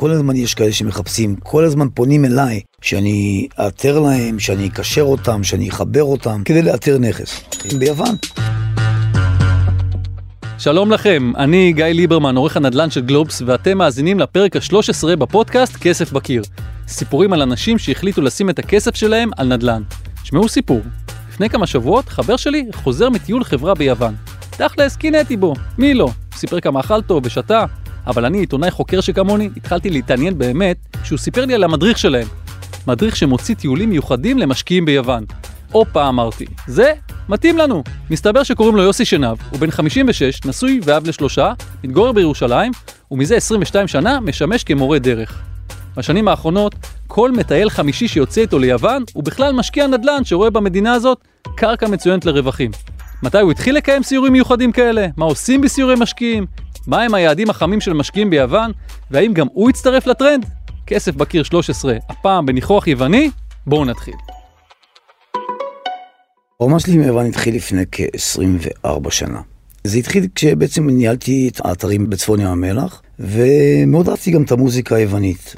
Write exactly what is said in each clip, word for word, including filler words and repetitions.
כל הזמן יש כאלה שמחפשים, כל הזמן פונים אליי, שאני אאתר להם, שאני אקשר אותם, שאני אחבר אותם, כדי לאתר נכס. ביוון. שלום לכם, אני גיא ליברמן, עורך הנדל"ן של גלובס, ואתם מאזינים לפרק ה-שלוש עשרה בפודקאסט כסף בקיר. סיפורים על אנשים שהחליטו לשים את הכסף שלהם על נדל"ן. שמעו סיפור. לפני כמה שבועות, חבר שלי חוזר מטיול חברה ביוון. תכלס, קינאתי בו. מי לא? סיפר כמה אכל טוב ושתה. אבל אני, עיתונאי חוקר שכמוני, התחלתי להתעניין באמת כשהוא סיפר לי על המדריך שלהם. מדריך שמוציא טיולים מיוחדים למשקיעים ביוון. אופה, אמרתי, זה מתאים לנו. מסתבר שקוראים לו יוסי שנב, הוא בן חמישים ושש, נשוי ואב לשלושה, מתגורר בירושלים, ומזה עשרים ושתיים שנה משמש כמורה דרך. בשנים האחרונות, כל מטייל חמישי שיוצא איתו ליוון, הוא בכלל משקיע נדל"ן שרואה במדינה הזאת קרקע מצוינת לרווחים. מתי הוא התחיל לקיים סיורים מיוחדים כאלה? מה עושים בסיורי משקיעים? מה הם היעדים החמים של משקיעים ביוון? והאם גם הוא יצטרף לטרנד? כסף בקיר שלוש עשרה, הפעם בניחוח יווני? בואו נתחיל. הרמה שלי מיוון התחיל לפני כ-עשרים וארבע שנה. זה התחיל כשבעצם ניהלתי את האתרים בצפון ים המלח, ומאוד רציתי גם את המוזיקה היוונית.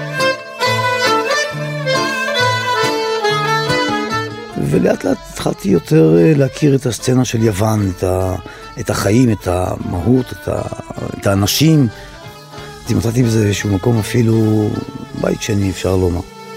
ולאט לאט התחלתי יותר להכיר את הסצנה של יוון, את, ה, את החיים, את המהות, את, ה, את האנשים. מצאתי בזה איזשהו מקום אפילו בית שני, אפשר לומר.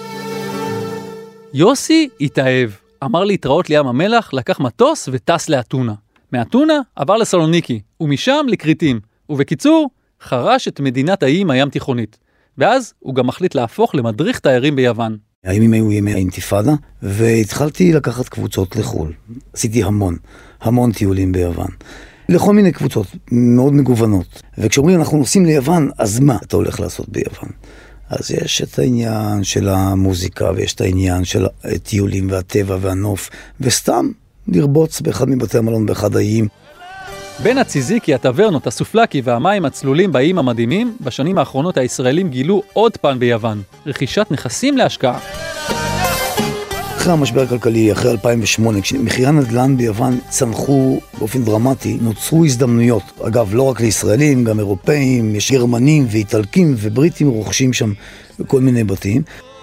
יוסי התאהב. אמר להתראות לים המלח, לקח מטוס וטס לאתונה. מאתונה עבר לסלוניקי, ומשם לקריטים. ובקיצור, חרש את מדינת האיים הים תיכונית. ואז הוא גם מחליט להפוך למדריך תיירים ביוון. הימים היו ימי האינתיפאדה, והתחלתי לקחת קבוצות לחול. עשיתי המון, המון טיולים ביוון. לכל מיני קבוצות מאוד מגוונות. וכשאומרים אנחנו נוסעים ליוון, אז מה אתה הולך לעשות ביוון? אז יש את העניין של המוזיקה, ויש את העניין של הטיולים והטבע והנוף, וסתם לרבוץ באחד מבתי המלון באחד האיים. בין הציזיקי, הטברנות, הסופלקי והמים הצלולים באיים המדהימים, בשנים האחרונות הישראלים גילו עוד פן ביוון, רכישת נכסים להשקעה. אחרי המשבר הכלכלי, אחרי אלפיים ושמונה, כשמחירי הנדל"ן ביוון צנחו באופן דרמטי, נוצרו הזדמנויות. אגב, לא רק לישראלים, גם אירופאים, יש גרמנים ואיטלקים ובריטים רוכשים שם בכל מיני בתים.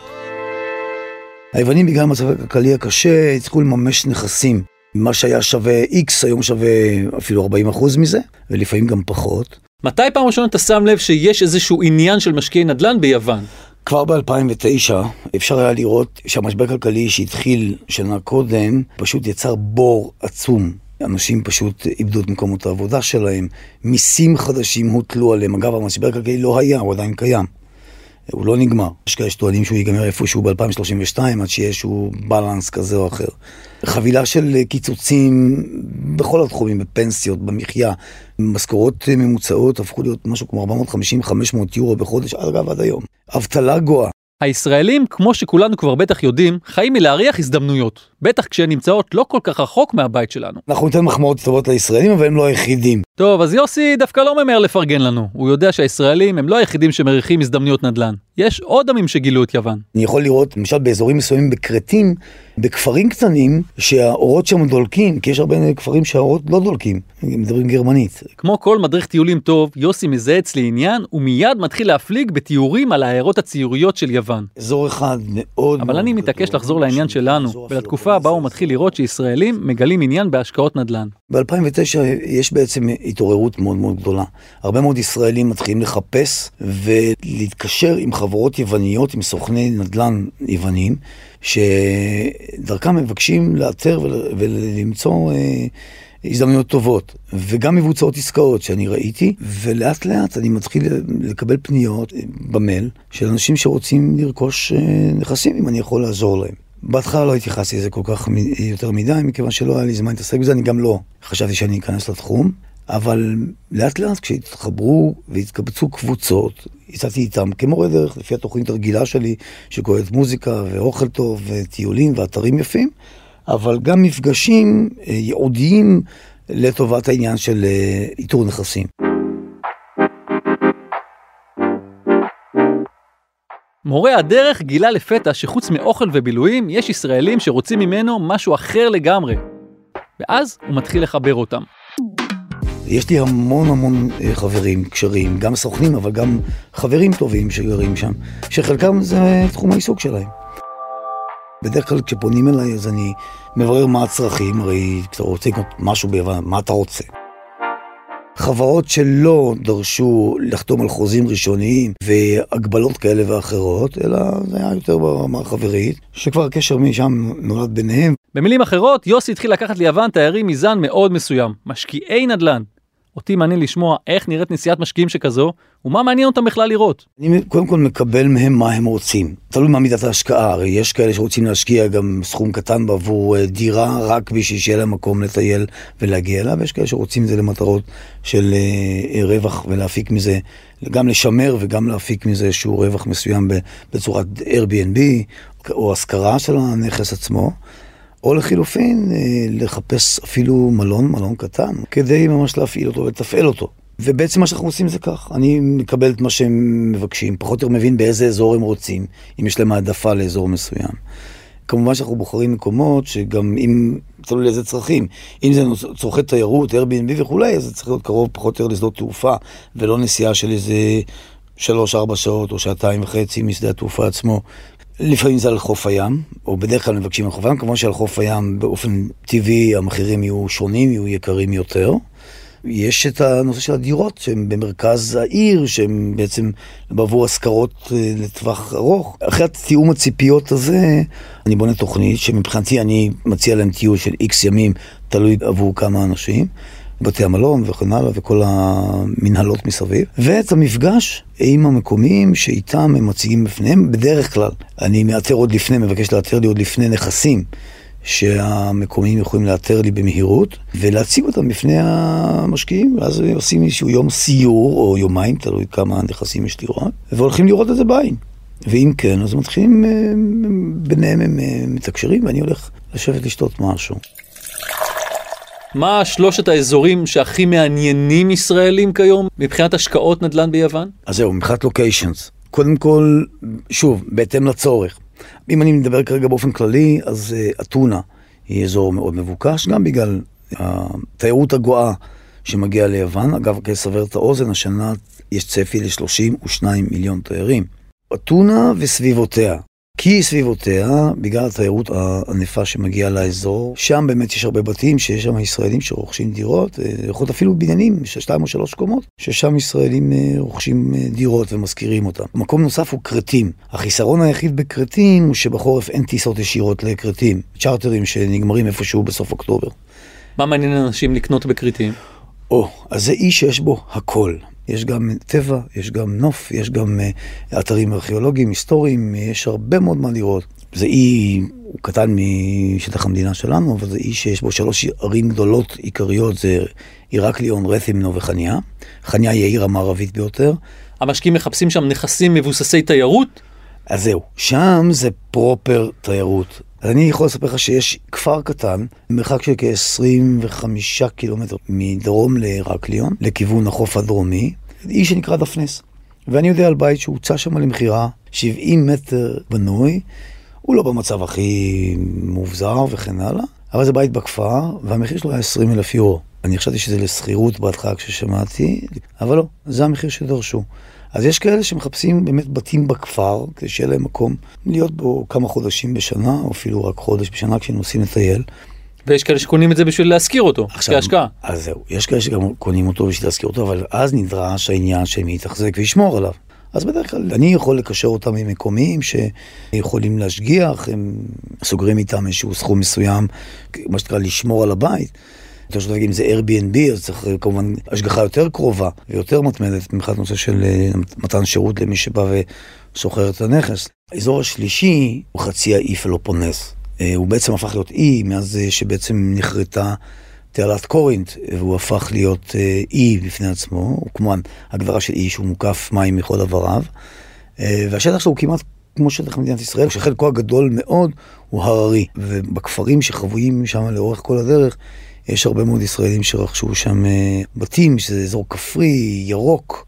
היוונים בגלל המצב הכלכלי הקשה, הצליחו לממש נכסים. מה שהיה שווה X, היום שווה אפילו ארבעים אחוז מזה, ולפעמים גם פחות. מתי פעם ראשונה אתה שם לב שיש איזשהו עניין של משקיעי נדל"ן ביוון? כבר ב-אלפיים ותשע אפשר היה לראות שהמשבר הכלכלי שהתחיל שנה קודם פשוט יצר בור עצום. אנשים פשוט איבדו את מקומות העבודה שלהם, מיסים חדשים הוטלו עליהם. אגב, המשבר הכלכלי לא היה, הוא עדיין קיים. הוא לא נגמר. יש כאלה שטוענים שהוא ייגמר איפשהו ב-אלפיים שלושים ושתיים, עד שיש איזשהו בלנס כזה או אחר. חבילה של קיצוצים בכל התחומים, בפנסיות, במחיה, משכורות ממוצעות הפכו להיות משהו כמו ארבע מאות וחמישים עד חמש מאות יורו בחודש, אגב עד היום. אבטלה גואה. הישראלים, כמו שכולנו כבר בטח יודעים, חיים מלהריח הזדמנויות. בטח כשהן נמצאות לא כל כך רחוק מהבית שלנו. אנחנו ניתן מחמאות טובות לישראלים, אבל הם לא היחידים. טוב, אז יוסי דווקא לא ממהר לפרגן לנו. הוא יודע שהישראלים הם לא היחידים שמריחים הזדמנויות נדל"ן. יש עוד עמים שגילו את יוון. אני יכול לראות, למשל, באזורים מסוימים בקרטים, בכפרים קטנים, שהאורות שם דולקים, כי יש הרבה כפרים שהאורות לא דולקים. הם מדברים גרמנית. כמו כל מדריך טיולים טוב, יוסי מזהה אצלי עניין, ומיד מתחיל להפליג בתיאורים על העיירות הציוריות של יוון. אזור אחד מאוד... אבל אני מתעקש לחזור לעניין שלנו, ולתקופה הבאה הוא מתחיל לראות שישראלים מגלים עניין בהשקעות נדל"ן. ב-אלפיים ותשע יש בעצם התעוררות מאוד מאוד גדולה. הרבה מאוד ישראלים מתחילים לחפש ולהתקשר עם חברות יווניות, עם סוכני נדל"ן יווניים, שדרכם מבקשים לאתר ולמצוא הזדמנויות טובות, וגם מבוצעות עסקאות שאני ראיתי, ולאט לאט אני מתחיל לקבל פניות במייל של אנשים שרוצים לרכוש נכסים, אם אני יכול לעזור להם. בהתחלה לא התייחסתי לזה כל כך יותר מדי, מכיוון שלא היה לי זמן להתעסק בזה, אני גם לא חשבתי שאני אכנס לתחום, אבל לאט לאט כשהתחברו והתקבצו קבוצות, יצאתי איתם כמורה דרך, לפי התוכנית הרגילה שלי, שכוללת מוזיקה ואוכל טוב וטיולים ואתרים יפים, אבל גם מפגשים ייעודיים לטובת העניין של איתור נכסים. מורה הדרך גילה לפתע שחוץ מאוכל ובילויים, יש ישראלים שרוצים ממנו משהו אחר לגמרי. ואז הוא מתחיל לחבר אותם. יש לי המון המון חברים, קשרים, גם סוכנים, אבל גם חברים טובים שגרים שם, שחלקם זה תחום העיסוק שלהם. בדרך כלל כשפונים אליי, אז אני מברר מה הצרכים, הרי אתה רוצה לקנות משהו ביוון, מה אתה רוצה? חברות שלא דרשו לחתום על חוזים ראשוניים והגבלות כאלה ואחרות, אלא זה היה יותר ברמה החברית, שכבר הקשר משם נולד ביניהם. במילים אחרות, יוסי התחיל לקחת ליוון תיירים מזן מאוד מסוים, משקיעי נדל"ן. אותי מעניין לשמוע איך נראית נסיעת משקיעים שכזו, ומה מעניין אותם בכלל לראות. אני קודם כל מקבל מהם מה הם רוצים. תלוי מה מידת ההשקעה, הרי יש כאלה שרוצים להשקיע גם סכום קטן בעבור דירה, רק בשביל שיהיה להם מקום לטייל ולהגיע אליו, ויש כאלה שרוצים זה למטרות של רווח ולהפיק מזה, גם לשמר וגם להפיק מזה איזשהו רווח מסוים בצורת Airbnb, או השכרה של הנכס עצמו. או לחילופין, לחפש אפילו מלון, מלון קטן, כדי ממש להפעיל אותו ולתפעל אותו. ובעצם מה שאנחנו עושים זה כך. אני מקבל את מה שהם מבקשים, פחות או יותר מבין באיזה אזור הם רוצים, אם יש להם העדפה לאזור מסוים. כמובן שאנחנו בוחרים מקומות שגם אם, תלוי לאיזה צרכים, אם זה צורכי תיירות, Airbnb וכולי, אז זה צריך להיות קרוב פחות או יותר לשדות תעופה, ולא נסיעה של איזה שלוש, ארבע שעות או שעתיים וחצי משדה התעופה עצמו. לפעמים זה על חוף הים, או בדרך כלל מבקשים על חוף הים, כמובן שעל חוף הים באופן טבעי המחירים יהיו שונים, יהיו יקרים יותר. יש את הנושא של הדירות שהן במרכז העיר, שהן בעצם בעבור השכרות לטווח ארוך. אחרי התיאום הציפיות הזה, אני בונה תוכנית שמבחינתי אני מציע להם טיול של איקס ימים, תלוי עבור כמה אנשים. בתי המלון וכן הלאה וכל המנהלות מסביב, ואת המפגש עם המקומיים שאיתם הם מציגים בפניהם. בדרך כלל אני מאתר עוד לפני, מבקש לאתר לי עוד לפני נכסים שהמקומיים יכולים לאתר לי במהירות ולהציג אותם בפני המשקיעים, ואז עושים איזשהו יום סיור או יומיים, תלוי כמה נכסים יש לראות, והולכים לראות את זה בעין. ואם כן, אז מתחילים ביניהם, הם מתקשרים ואני הולך לשבת לשתות משהו. מה שלושת האזורים שהכי מעניינים ישראלים כיום מבחינת השקעות נדל"ן ביוון? אז זהו, מבחינת לוקיישנס. קודם כל, שוב, בהתאם לצורך. אם אני מדבר כרגע באופן כללי, אז uh, אתונה היא אזור מאוד מבוקש, גם בגלל התיירות הגואה שמגיעה ליוון. אגב, כדי לסבר את האוזן, השנה יש צפי ל-שלושים ושניים מיליון תיירים. אתונה וסביבותיה. כי סביבותיה, בגלל התיירות הענפה שמגיעה לאזור, שם באמת יש הרבה בתים שיש שם ישראלים שרוכשים דירות, יכול אפילו בניינים, שתיים או שלוש קומות, ששם ישראלים רוכשים דירות ומזכירים אותם. מקום נוסף הוא קרטים. החיסרון היחיד בקרטים הוא שבחורף אין טיסות ישירות לקרטים, צ'ארטרים שנגמרים איפשהו בסוף אוקטובר. מה מעניין אנשים לקנות בקרטים? או, אז זה אי שיש בו הכל. יש גם טבע, יש גם נוף, יש גם uh, אתרים ארכיאולוגיים, היסטוריים, יש הרבה מאוד מה לראות. זה אי, הוא קטן משטח המדינה שלנו, אבל זה אי שיש בו שלוש ערים גדולות עיקריות, זה אירקליון, רת'ימנו וחניה. חניה היא העיר המערבית ביותר. המשקיעים מחפשים שם נכסים מבוססי תיירות? אז זהו, שם זה פרופר תיירות. אז אני יכול לספר לך שיש כפר קטן, מרחק של כ-עשרים וחמישה קילומטר מדרום לאירקליון, לכיוון החוף הדרומי, אי שנקרא דפנס. ואני יודע על בית שהוצא שם למחירה, שבעים מטר בנוי, הוא לא במצב הכי מובזר וכן הלאה, אבל זה בית בכפר, והמחיר שלו היה עשרים אלף יורו. אני חשבתי שזה לסחירות בהתחלה כששמעתי, אבל לא, זה המחיר שדרשו. אז יש כאלה שמחפשים באמת בתים בכפר, כדי שיהיה להם מקום להיות בו כמה חודשים בשנה, או אפילו רק חודש בשנה כשהם נוסעים לטייל. ויש כאלה שקונים את זה בשביל להזכיר אותו, כהשקעה. אז זהו, יש כאלה שגם קונים אותו בשביל להזכיר אותו, אבל אז נדרש העניין שהם יתחזק וישמור עליו. אז בדרך כלל אני יכול לקשר אותם עם מקומיים שיכולים להשגיח, הם סוגרים איתם איזשהו סכום מסוים, מה שתקרא לשמור על הבית. יותר שאתה אם זה Airbnb, אז צריך כמובן השגחה יותר קרובה ויותר מתמדת, מבחינת נושא של מתן שירות למי שבא ושוכר את הנכס. האזור השלישי הוא חצי האי פלופונס. הוא בעצם הפך להיות אי, מאז שבעצם נחרטה תעלת קורינט, והוא הפך להיות אי בפני עצמו, הוא כמו הגדרה של אי שהוא מוקף מים מכל עבריו, והשטח שלו הוא כמעט כמו שטח מדינת ישראל, שחלקו הגדול מאוד הוא הררי, ובכפרים שחבויים שם לאורך כל הדרך, יש הרבה מאוד ישראלים שרכשו שם בתים, שזה אזור כפרי, ירוק,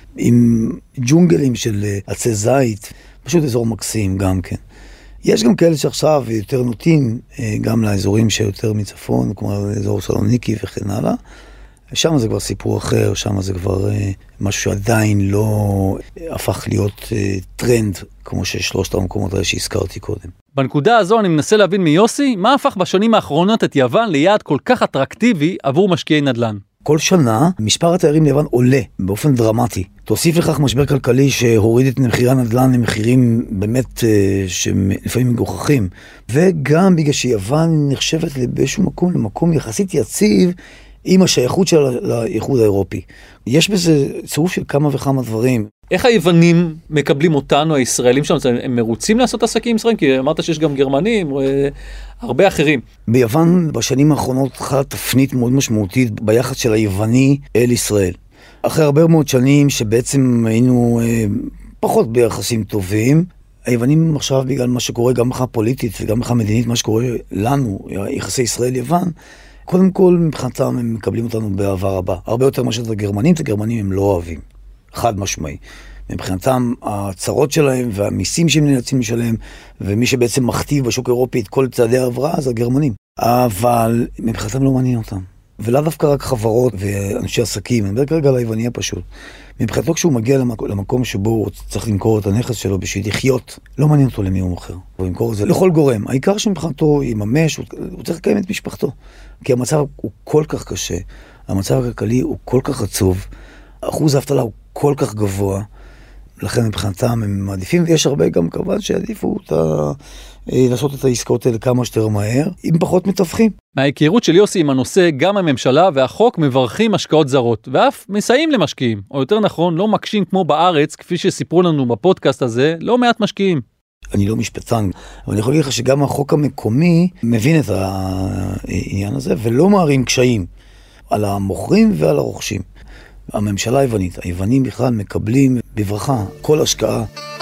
עם ג'ונגלים של עצי זית, פשוט אזור מקסים גם כן. יש גם כאלה שעכשיו יותר נוטים גם לאזורים שיותר מצפון, כמו אזור סלוניקי וכן הלאה, שם זה כבר סיפור אחר, שם זה כבר אה, משהו שעדיין לא הפך להיות אה, טרנד, כמו ששלושת המקומות האלה שהזכרתי קודם. בנקודה הזו אני מנסה להבין מיוסי, מה הפך בשנים האחרונות את יוון ליעד כל כך אטרקטיבי עבור משקיעי נדל"ן? כל שנה מספר התיירים ליוון עולה באופן דרמטי. תוסיף לכך משבר כלכלי שהוריד את מחירי הנדל"ן למחירים באמת שהם לפעמים מגוחכים. וגם בגלל שיוון נחשבת באיזשהו מקום למקום יחסית יציב עם השייכות שלה לאיחוד האירופי. יש בזה צירוף של כמה וכמה דברים. איך היוונים מקבלים אותנו, הישראלים שם? הם מרוצים לעשות עסקים ישראלים? כי אמרת שיש גם גרמנים, הרבה אחרים. ביוון בשנים האחרונות חלה תפנית מאוד משמעותית ביחס של היווני אל ישראל. אחרי הרבה מאוד שנים שבעצם היינו אה, פחות ביחסים טובים, היוונים עכשיו בגלל מה שקורה גם מבחינה פוליטית וגם מבחינה מדינית, מה שקורה לנו, יחסי ישראל-יוון, קודם כל מבחינתם הם מקבלים אותנו באהבה רבה. הרבה יותר מאשר את הגרמנים, את הגרמנים הם לא אוהבים. חד משמעי. מבחינתם הצרות שלהם והמיסים שהם נאלצים לשלם, ומי שבעצם מכתיב בשוק האירופי את כל צעדי ההבראה זה הגרמנים. אבל מבחינתם לא מעניין אותם. ולא דווקא רק חברות ואנשי עסקים, אני מדבר כרגע על היווני הפשוט. מבחינתו כשהוא מגיע למקום, למקום שבו הוא צריך למכור את הנכס שלו בשביל לחיות, לא מעניין אותו למי הוא מוכר. הוא ימכור את זה לכל גורם. העיקר שמבחינתו יממש, הוא, הוא צריך לקיים את משפחתו. כי המצב הוא כל כך קשה, המצב הכלכלי הוא כל כך עצוב, אחוז האבטלה הוא כל כך גבוה, לכן מבחינתם הם מעדיפים, ויש הרבה גם כמובן שעדיפו אותה, לעשות את העסקאות האלה כמה שיותר מהר, עם פחות מתווכים. מההיכרות של יוסי עם הנושא, גם הממשלה והחוק מברכים השקעות זרות, ואף מסייעים למשקיעים, או יותר נכון, לא מקשים כמו בארץ, כפי שסיפרו לנו בפודקאסט הזה, לא מעט משקיעים. אני לא משפטן, אבל אני יכול להגיד לך שגם החוק המקומי מבין את העניין הזה, ולא מערים קשיים על המוכרים ועל הרוכשים. הממשלה היוונית, היוונים בכלל מקבלים בברכה כל השקעה.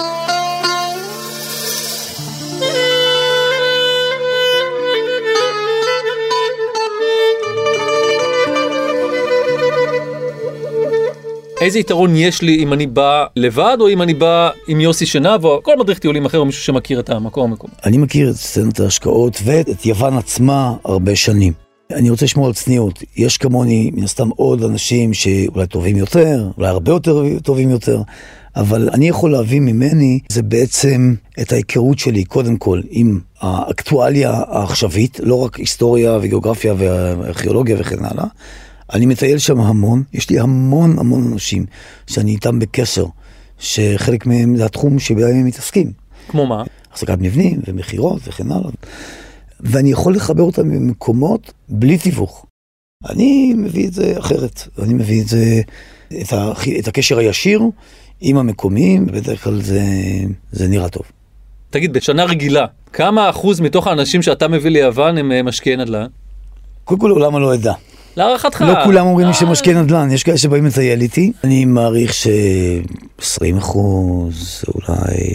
איזה יתרון יש לי אם אני בא לבד, או אם אני בא עם יוסי שנב, או כל מדריך טיולים אחר, או מישהו שמכיר את המקום המקום? אני מכיר את סצנת ההשקעות ואת יוון עצמה הרבה שנים. אני רוצה לשמור על צניעות. יש כמוני, מן הסתם, עוד אנשים שאולי טובים יותר, אולי הרבה יותר טובים יותר, אבל אני יכול להביא ממני, זה בעצם את ההיכרות שלי, קודם כל, עם האקטואליה העכשווית, לא רק היסטוריה וגיאוגרפיה וארכיאולוגיה וכן הלאה. אני מטייל שם המון, יש לי המון המון אנשים שאני איתם בקשר, שחלק מהם זה התחום שבהם הם מתעסקים. כמו מה? החזקת מבנים ומחירות וכן הלאה. ואני יכול לחבר אותם במקומות בלי תיווך. אני מביא את זה אחרת. אני מביא את זה, את, ה, את הקשר הישיר עם המקומיים, ובדרך כלל זה, זה נראה טוב. תגיד, בשנה רגילה, כמה אחוז מתוך האנשים שאתה מביא ליוון הם משקיעי נדל"ן? קודם כל עולם לא ידע. להערכתך. לא כולם אומרים לי שמשקיעי נדל"ן, יש כאלה שבאים לטייל איתי. אני מעריך ש-עשרים אחוז אולי...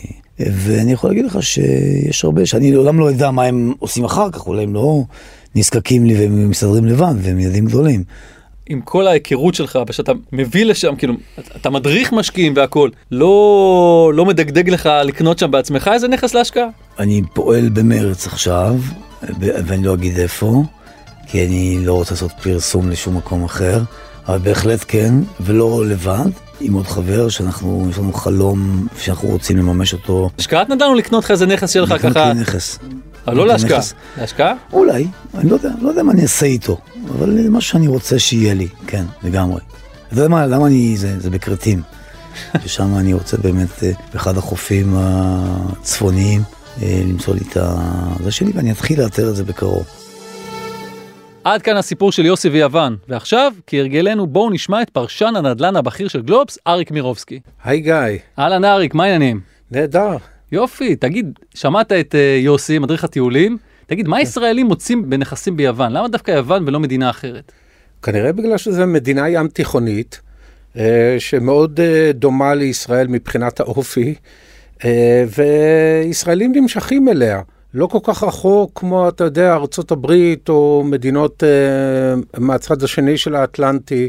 ואני יכול להגיד לך שיש הרבה, שאני לעולם לא יודע מה הם עושים אחר כך, אולי הם לא נזקקים לי והם מסתדרים לבד, והם ילדים גדולים. עם כל ההיכרות שלך, שאתה מביא לשם, כאילו, אתה מדריך משקיעים והכל, לא, לא מדגדג לך לקנות שם בעצמך איזה נכס להשקעה? אני פועל במרץ עכשיו, ואני לא אגיד איפה, כי אני לא רוצה לעשות פרסום לשום מקום אחר, אבל בהחלט כן, ולא לבד. עם עוד חבר שאנחנו, יש לנו חלום שאנחנו רוצים לממש אותו. השקעת נדל"ן או לקנות לך איזה נכס שלך ככה? לקנות לי נכס. אבל לא להשקעה. להשקעה? אולי, אני לא יודע, לא יודע מה אני אעשה איתו, אבל זה משהו שאני רוצה שיהיה לי, כן, לגמרי. אתה יודע מה, למה אני, זה, זה בקרטים, ששם אני רוצה באמת באחד החופים הצפוניים למצוא לי את זה שלי, ואני אתחיל לאתר את זה בקרוב. עד כאן הסיפור של יוסי ויוון, ועכשיו, כהרגלנו, בואו נשמע את פרשן הנדל"ן הבכיר של גלובס, אריק מירובסקי. היי גיא. אהלן אריק, מה העניינים? נהדר. יופי, תגיד, שמעת את uh, יוסי, מדריך הטיולים, תגיד, מה ישראלים מוצאים בנכסים ביוון? למה דווקא יוון ולא מדינה אחרת? כנראה בגלל שזו מדינה ים תיכונית, uh, שמאוד uh, דומה לישראל מבחינת האופי, uh, וישראלים נמשכים אליה. לא כל כך רחוק כמו, אתה יודע, ארצות הברית או מדינות uh, מהצד השני של האטלנטי,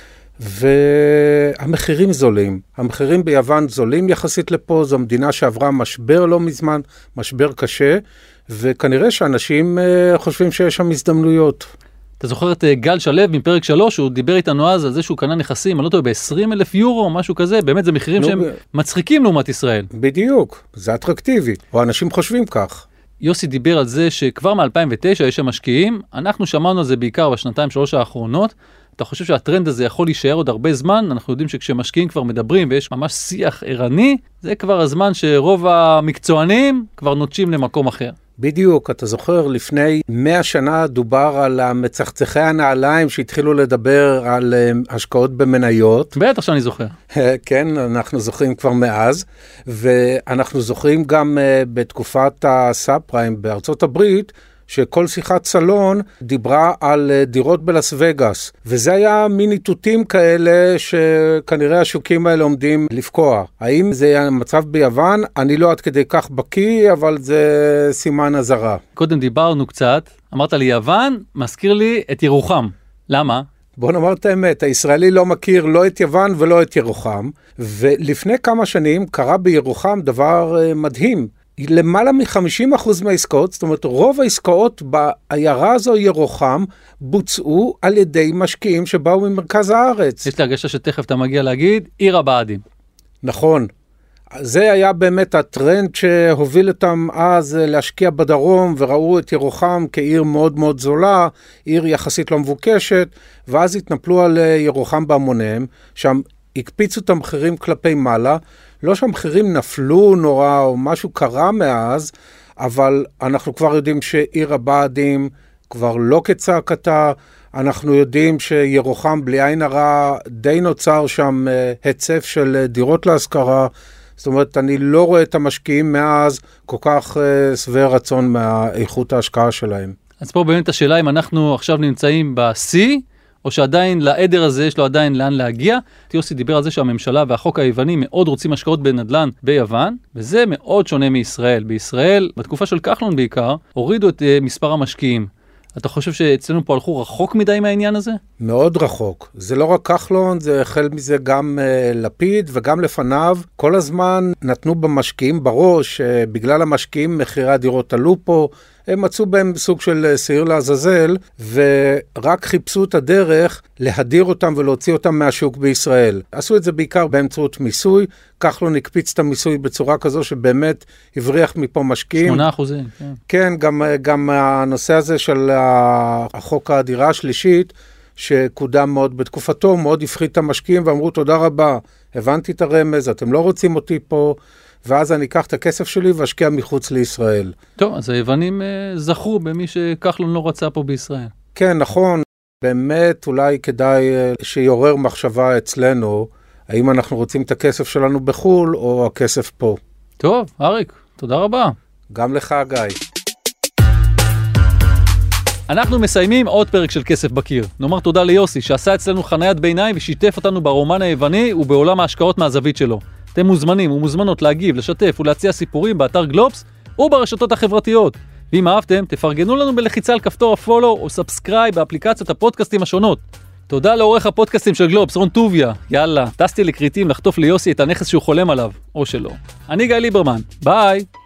והמחירים זולים. המחירים ביוון זולים יחסית לפה, זו מדינה שעברה משבר לא מזמן, משבר קשה, וכנראה שאנשים uh, חושבים שיש שם הזדמנויות. אתה זוכר את גל שלו מפרק שלוש, הוא דיבר איתנו אז על זה שהוא קנה נכסים, אני לא טועה, ב-עשרים אלף יורו או משהו כזה, באמת זה מחירים שהם מצחיקים לעומת ישראל. בדיוק, זה אטרקטיבי, או אנשים חושבים כך. יוסי דיבר על זה שכבר מ-אלפיים ותשע יש שם משקיעים, אנחנו שמענו על זה בעיקר בשנתיים שלוש האחרונות, אתה חושב שהטרנד הזה יכול להישאר עוד הרבה זמן? אנחנו יודעים שכשמשקיעים כבר מדברים ויש ממש שיח ערני, זה כבר הזמן שרוב המקצוענים כבר נוטשים למקום אחר. בדיוק, אתה זוכר, לפני מאה שנה דובר על המצחצחי הנעליים שהתחילו לדבר על השקעות במניות. בטח שאני זוכר. כן, אנחנו זוכרים כבר מאז, ואנחנו זוכרים גם בתקופת הסאב פריים בארצות הברית, שכל שיחת סלון דיברה על דירות בלס וגאס, וזה היה מין איתותים כאלה שכנראה השוקים האלה עומדים לפקוע. האם זה היה מצב ביוון? אני לא עד כדי כך בקיא, אבל זה סימן הזרה. קודם דיברנו קצת, אמרת לי יוון, מזכיר לי את ירוחם. למה? בוא נאמר את האמת, הישראלי לא מכיר לא את יוון ולא את ירוחם, ולפני כמה שנים קרה בירוחם דבר מדהים. למעלה מ-חמישים אחוז מהעסקאות, זאת אומרת, רוב העסקאות בעיירה הזו ירוחם בוצעו על ידי משקיעים שבאו ממרכז הארץ. יש לי הרגשה שתכף אתה מגיע להגיד, עיר הבה"דים. נכון. זה היה באמת הטרנד שהוביל אותם אז להשקיע בדרום, וראו את ירוחם כעיר מאוד מאוד זולה, עיר יחסית לא מבוקשת, ואז התנפלו על ירוחם בהמוניהם, שם הקפיצו את המחירים כלפי מעלה, לא שהמחירים נפלו נורא או משהו קרה מאז, אבל אנחנו כבר יודעים שעיר הבה"דים כבר לא כצעקתה, אנחנו יודעים שירוחם בלי עין הרע די נוצר שם הצף של דירות להשכרה, זאת אומרת, אני לא רואה את המשקיעים מאז כל כך שבעי רצון מהאיכות ההשקעה שלהם. אז פה באמת השאלה אם אנחנו עכשיו נמצאים ב-C, או שעדיין לעדר הזה יש לו עדיין לאן להגיע. יוסי דיבר על זה שהממשלה והחוק היווני מאוד רוצים השקעות בנדל"ן ביוון, וזה מאוד שונה מישראל. בישראל, בתקופה של כחלון בעיקר, הורידו את uh, מספר המשקיעים. אתה חושב שאצלנו פה הלכו רחוק מדי מהעניין הזה? מאוד רחוק. זה לא רק כחלון, זה החל מזה גם uh, לפיד וגם לפניו. כל הזמן נתנו במשקיעים בראש, uh, בגלל המשקיעים מחירי הדירות עלו פה, הם מצאו בהם סוג של שעיר לעזאזל, ורק חיפשו את הדרך להדיר אותם ולהוציא אותם מהשוק בישראל. עשו את זה בעיקר באמצעות מיסוי, כחלון הקפיץ את המיסוי בצורה כזו שבאמת הבריח מפה משקיעים. שמונה אחוזים. כן, כן גם, גם הנושא הזה של החוק הדירה השלישית, שקודם מאוד בתקופתו, מאוד הפחית את המשקיעים ואמרו תודה רבה, הבנתי את הרמז, אתם לא רוצים אותי פה, ואז אני אקח את הכסף שלי ואשקיע מחוץ לישראל. טוב, אז היוונים אה, זכרו במי שכחלון לא רצה פה בישראל. כן, נכון. באמת אולי כדאי אה, שיעורר מחשבה אצלנו, האם אנחנו רוצים את הכסף שלנו בחול או הכסף פה. טוב, אריק, תודה רבה. גם לך, גיא. אנחנו מסיימים עוד פרק של כסף בקיר. נאמר תודה ליוסי שעשה אצלנו חניית ביניים ושיתף אותנו ברומן היווני ובעולם ההשקעות מהזווית שלו. אתם מוזמנים ומוזמנות להגיב, לשתף ולהציע סיפורים באתר גלובס וברשתות החברתיות. ואם אהבתם, תפרגנו לנו בלחיצה על כפתור הפולו או סאבסקרייב באפליקציות הפודקאסטים השונות. תודה לעורך הפודקאסטים של גלובס, רון טוביה. יאללה, טסתי לקריטים לחטוף ליוסי את הנכס שהוא חולם עליו, או שלא. אני גיא ליברמן, ביי!